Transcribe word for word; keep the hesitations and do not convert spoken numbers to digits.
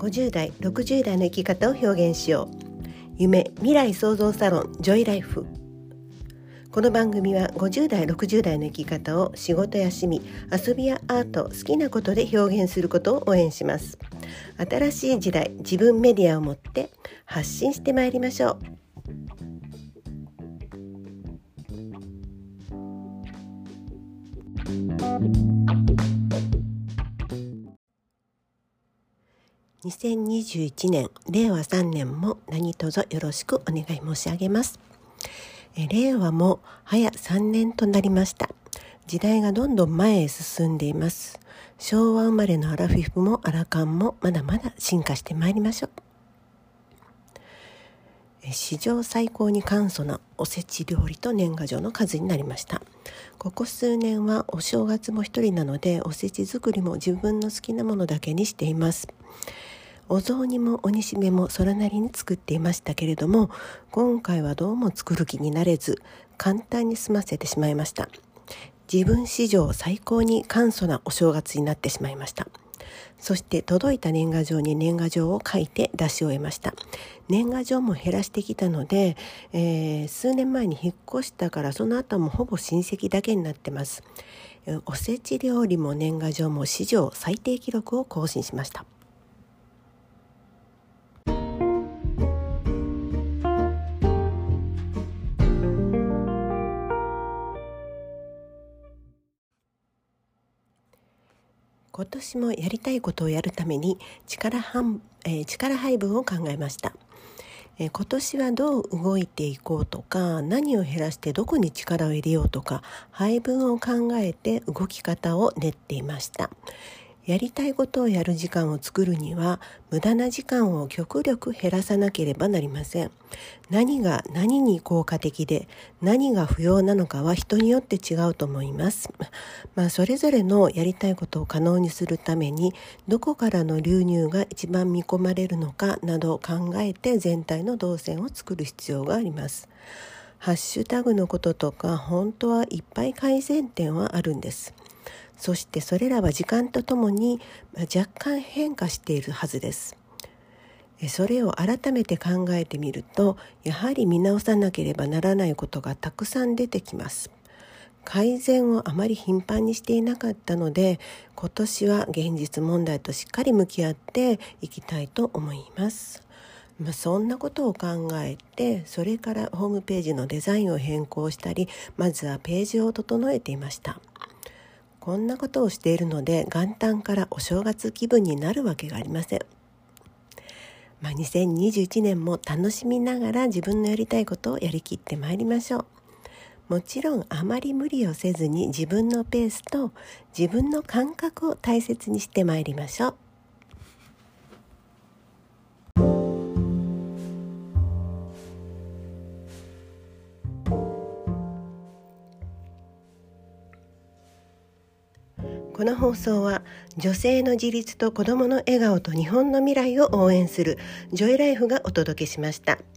ごじゅう代、ろくじゅう代の生き方を表現しよう。夢、未来創造サロンジョイライフ。この番組はごじゅう代、ろくじゅう代の生き方を仕事や趣味、遊びやアート、好きなことで表現することを応援します。新しい時代、自分メディアを持って発信してまいりましょう。にせんにじゅういちねん、れいわさんねんも何卒よろしくお願い申し上げます。え令和も早さんねんとなりました。時代がどんどん前へ進んでいます。昭和生まれのアラフィフもアラカンもまだまだ進化してまいりましょう。え史上最高に簡素なおせち料理と年賀状の数になりました。ここ数年はお正月も一人なので、おせち作りも自分の好きなものだけにしています。お雑煮もお煮しめもそれなりに作っていましたけれども、今回はどうも作る気になれず、簡単に済ませてしまいました。自分史上最高に簡素なお正月になってしまいました。そして届いた年賀状に年賀状を書いて出し終えました。年賀状も減らしてきたので、えー、数年前に引っ越したから、その後もほぼ親戚だけになってます。おせち料理も年賀状も史上最低記録を更新しました。今年もやりたいことをやるために力半、えー、力配分を考えました。えー、今年はどう動いていこうとか、何を減らしてどこに力を入れようとか、配分を考えて動き方を練っていました。やりたいことをやる時間を作るには、無駄な時間を極力減らさなければなりません。何が何に効果的で、何が不要なのかは人によって違うと思います。まあ、それぞれのやりたいことを可能にするために、どこからの流入が一番見込まれるのかなどを考えて、全体の動線を作る必要があります。ハッシュタグのこととか、本当はいっぱい改善点はあるんです。そしてそれらは時間とともに若干変化しているはずです。それを改めて考えてみると、やはり見直さなければならないことがたくさん出てきます。改善をあまり頻繁にしていなかったので、今年は現実問題としっかり向き合っていきたいと思います。まあ、そんなことを考えて、それからホームページのデザインを変更したり、まずはページを整えていました。こんなことをしているので、元旦からお正月気分になるわけがありません。まあ、にせんにじゅういちねんも楽しみながら自分のやりたいことをやりきってまいりましょう。もちろんあまり無理をせずに、自分のペースと自分の感覚を大切にしてまいりましょう。この放送は女性の自立と子どもの笑顔と日本の未来を応援するジョイライフがお届けしました。